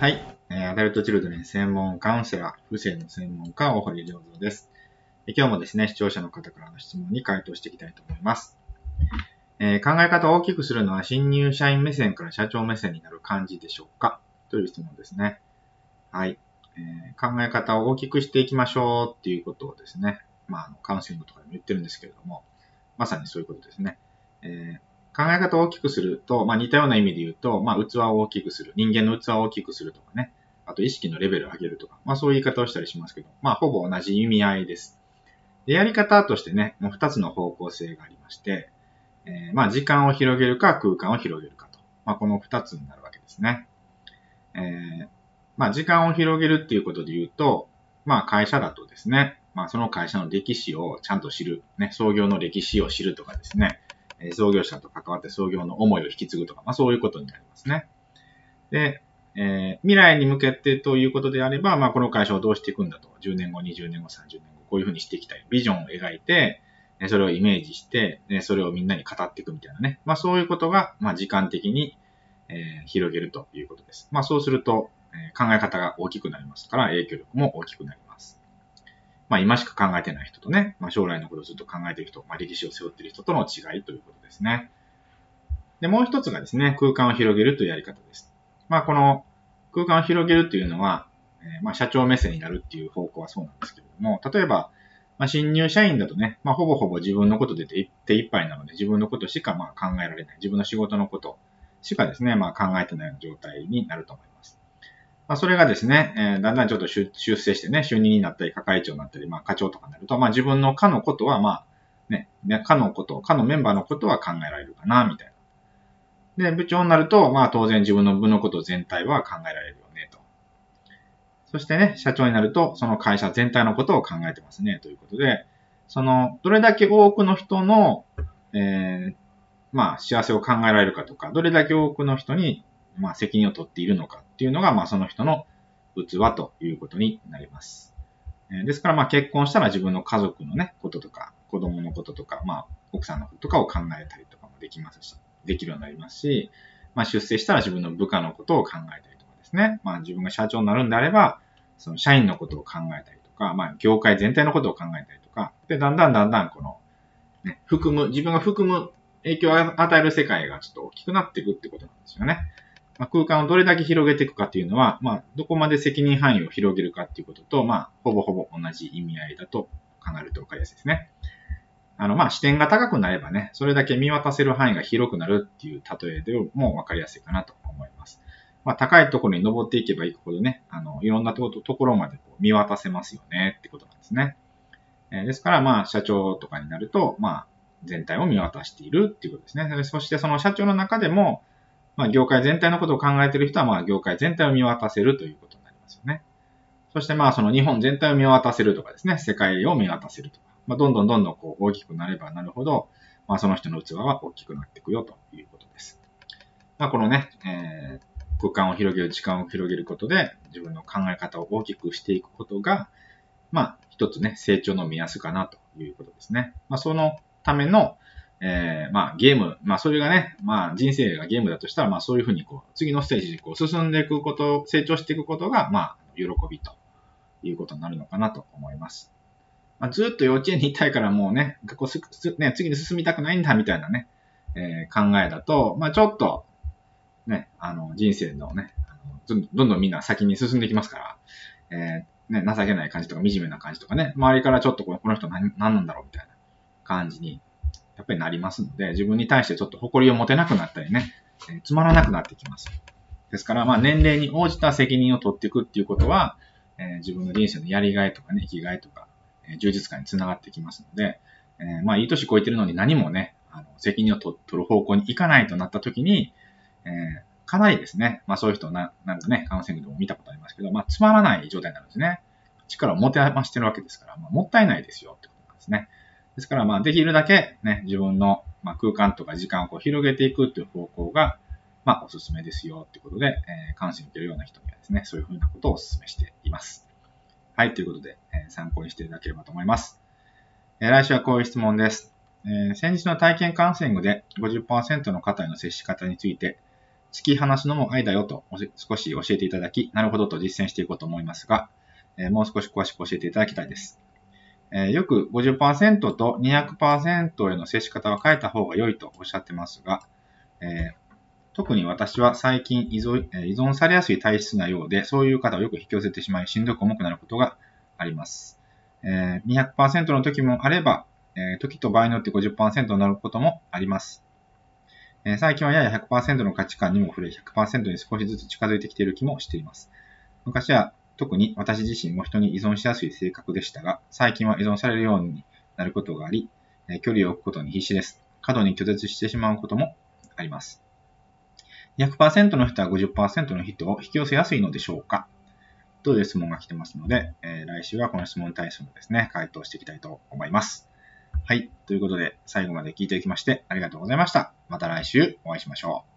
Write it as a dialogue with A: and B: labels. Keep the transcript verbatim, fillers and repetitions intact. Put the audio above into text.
A: はい。えーアダルトチルドレン専門カウンセラー、不正の専門家、大堀良三です。えー今日もですね、視聴者の方からの質問に回答していきたいと思います。えー考え方を大きくするのは新入社員目線から社長目線になる感じでしょうかという質問ですね。はい。えー考え方を大きくしていきましょうっていうことをですね、まあ、あのカウンセリングとかでも言ってるんですけれども、まさにそういうことですね。えー考え方を大きくすると、まあ似たような意味で言うと、まあ器を大きくする、人間の器を大きくするとかね、あと意識のレベルを上げるとか、まあそういう言い方をしたりしますけど、まあほぼ同じ意味合いです。で、やり方としてね、もう二つの方向性がありまして、えーまあ時間を広げるか空間を広げるかと、まあこの二つになるわけですね。えーまあ時間を広げるっていうことで言うと、まあ会社だとですね、まあその会社の歴史をちゃんと知る、ね、創業の歴史を知るとかですね、創業者と関わって創業の思いを引き継ぐとか、まあそういうことになりますね。で、えー、未来に向けてということであれば、まあこの会社をどうしていくんだと、じゅうねんご、にじゅうねんご、さんじゅうねんご、こういうふうにしていきたい。ビジョンを描いて、それをイメージして、それをみんなに語っていくみたいなね。まあそういうことが、まあ時間的に、えー、広げるということです。まあそうすると、えー、考え方が大きくなりますから、影響力も大きくなります。まあ今しか考えてない人とね、まあ将来のことをずっと考えている人、まあ歴史を背負っている人との違いということですね。で、もう一つがですね、空間を広げるというやり方です。まあこの空間を広げるというのは、えー、まあ社長目線になるっていう方向はそうなんですけれども、例えば、まあ、新入社員だとね、まあほぼほぼ自分のことで手一杯なので自分のことしかまあ考えられない。自分の仕事のことしかですね、まあ考えてない状態になると思います。まあ、それがですね、えー、だんだんちょっと出世してね、就任になったり、係長になったり、まあ、課長とかになると、まあ、自分の課のことは、まあ、ね、課のこと、課のメンバーのことは考えられるかな、みたいな。で、部長になると、まあ、当然自分の部のこと全体は考えられるよね、と。そしてね、社長になると、その会社全体のことを考えてますね、ということで、その、どれだけ多くの人の、えー、まあ、幸せを考えられるかとか、どれだけ多くの人に、まあ、責任を取っているのかっていうのが、まあ、その人の器ということになります。ですから、まあ、結婚したら自分の家族のね、こととか、子供のこととか、まあ、奥さんのこととかを考えたりとかもできますし、できるようになりますし、まあ、出世したら自分の部下のことを考えたりとかですね。まあ、自分が社長になるんであれば、その社員のことを考えたりとか、まあ、業界全体のことを考えたりとか、で、だんだんだんだんこの、ね、含む、自分が含む影響を与える世界がちょっと大きくなっていくってことなんですよね。まあ、空間をどれだけ広げていくかっていうのは、まあ、どこまで責任範囲を広げるかっていうことと、まあ、ほぼほぼ同じ意味合いだと考えると分かりやすいですね。あの、まあ、視点が高くなればね、それだけ見渡せる範囲が広くなるっていう例えでも分かりやすいかなと思います。まあ、高いところに登っていけばいくほどね、あの、いろんなところまでこう見渡せますよねってことなんですね。えー、ですから、まあ、社長とかになると、まあ、全体を見渡しているっていうことですね。そしてその社長の中でも、まあ、業界全体のことを考えている人は、まあ、業界全体を見渡せるということになりますよね。そして、まあ、その日本全体を見渡せるとかですね、世界を見渡せるとか、まあ、どんどんどんどんこう大きくなればなるほど、まあ、その人の器は大きくなっていくよということです。まあ、このね、えー、空間を広げる、時間を広げることで、自分の考え方を大きくしていくことが、まあ、一つね、成長の目安かなということですね。まあ、そのための、えー、まあ、ゲーム、まあ、それがね、まあ、人生がゲームだとしたら、まあ、そういうふうに、こう、次のステージにこう進んでいくこと、成長していくことが、まあ、喜びということになるのかなと思います。まあ、ずっと幼稚園にいたいからもうね、こうすね、次に進みたくないんだみたいなね、えー、考えだと、まあ、ちょっと、ね、あの、人生のね、あのどんどんみんな先に進んでいきますから、えー、ね、情けない感じとか惨めな感じとかね、周りからちょっとこの人何何なんだろうみたいな感じに、やっぱりなりますので、自分に対してちょっと誇りを持てなくなったりね、えー、つまらなくなってきます。ですから、まあ年齢に応じた責任を取っていくっていうことは、えー、自分の人生のやりがいとかね、生きがいとか、えー、充実感につながってきますので、えー、まあいい年超えてるのに何もね、あの責任を取る方向に行かないとなった時に、えーかなりですね、まあそういう人な、なんかね、カウンセリングでも見たことありますけど、まあつまらない状態になるんですね。力を持て余してるわけですから、まあ、もったいないですよってことなんですね。ですから、まあできるだけね、自分の、まあ、空間とか時間をこう広げていくっていう方向が、まあおすすめですよってことで、えー、カウンセリングを受けるような人にはですね、そういうふうなことをお勧めしています。はい、ということで、えー、参考にしていただければと思います。えー、来週はこういう質問です。えー、先日の体験カウンセリングで ごじゅっパーセント の方への接し方について、 突き放すのも愛だよと少し教えていただき、なるほどと実践していこうと思いますが、えー、もう少し詳しく教えていただきたいです。えー、よく ごじゅっパーセント と にひゃくパーセント への接し方は変えた方が良いとおっしゃってますが、えー、特に私は最近依存、依存されやすい体質なようで、そういう方をよく引き寄せてしまい、しんどく重くなることがあります。えー、にひゃくパーセント の時もあれば、えー、時と場合によって ごじゅっパーセント になることもあります。えー、最近はやや ひゃくパーセント の価値観にも触れ、ひゃくパーセント に少しずつ近づいてきている気もしています。昔は特に私自身も人に依存しやすい性格でしたが、最近は依存されるようになることがあり、えー、距離を置くことに必死です。過度に拒絶してしまうこともあります。ひゃくパーセント の人は ごじゅっパーセント の人を引き寄せやすいのでしょうかという質問が来てますので、えー、来週はこの質問に対してもですね、回答していきたいと思います。はい。ということで、最後まで聞いていただきましてありがとうございました。また来週お会いしましょう。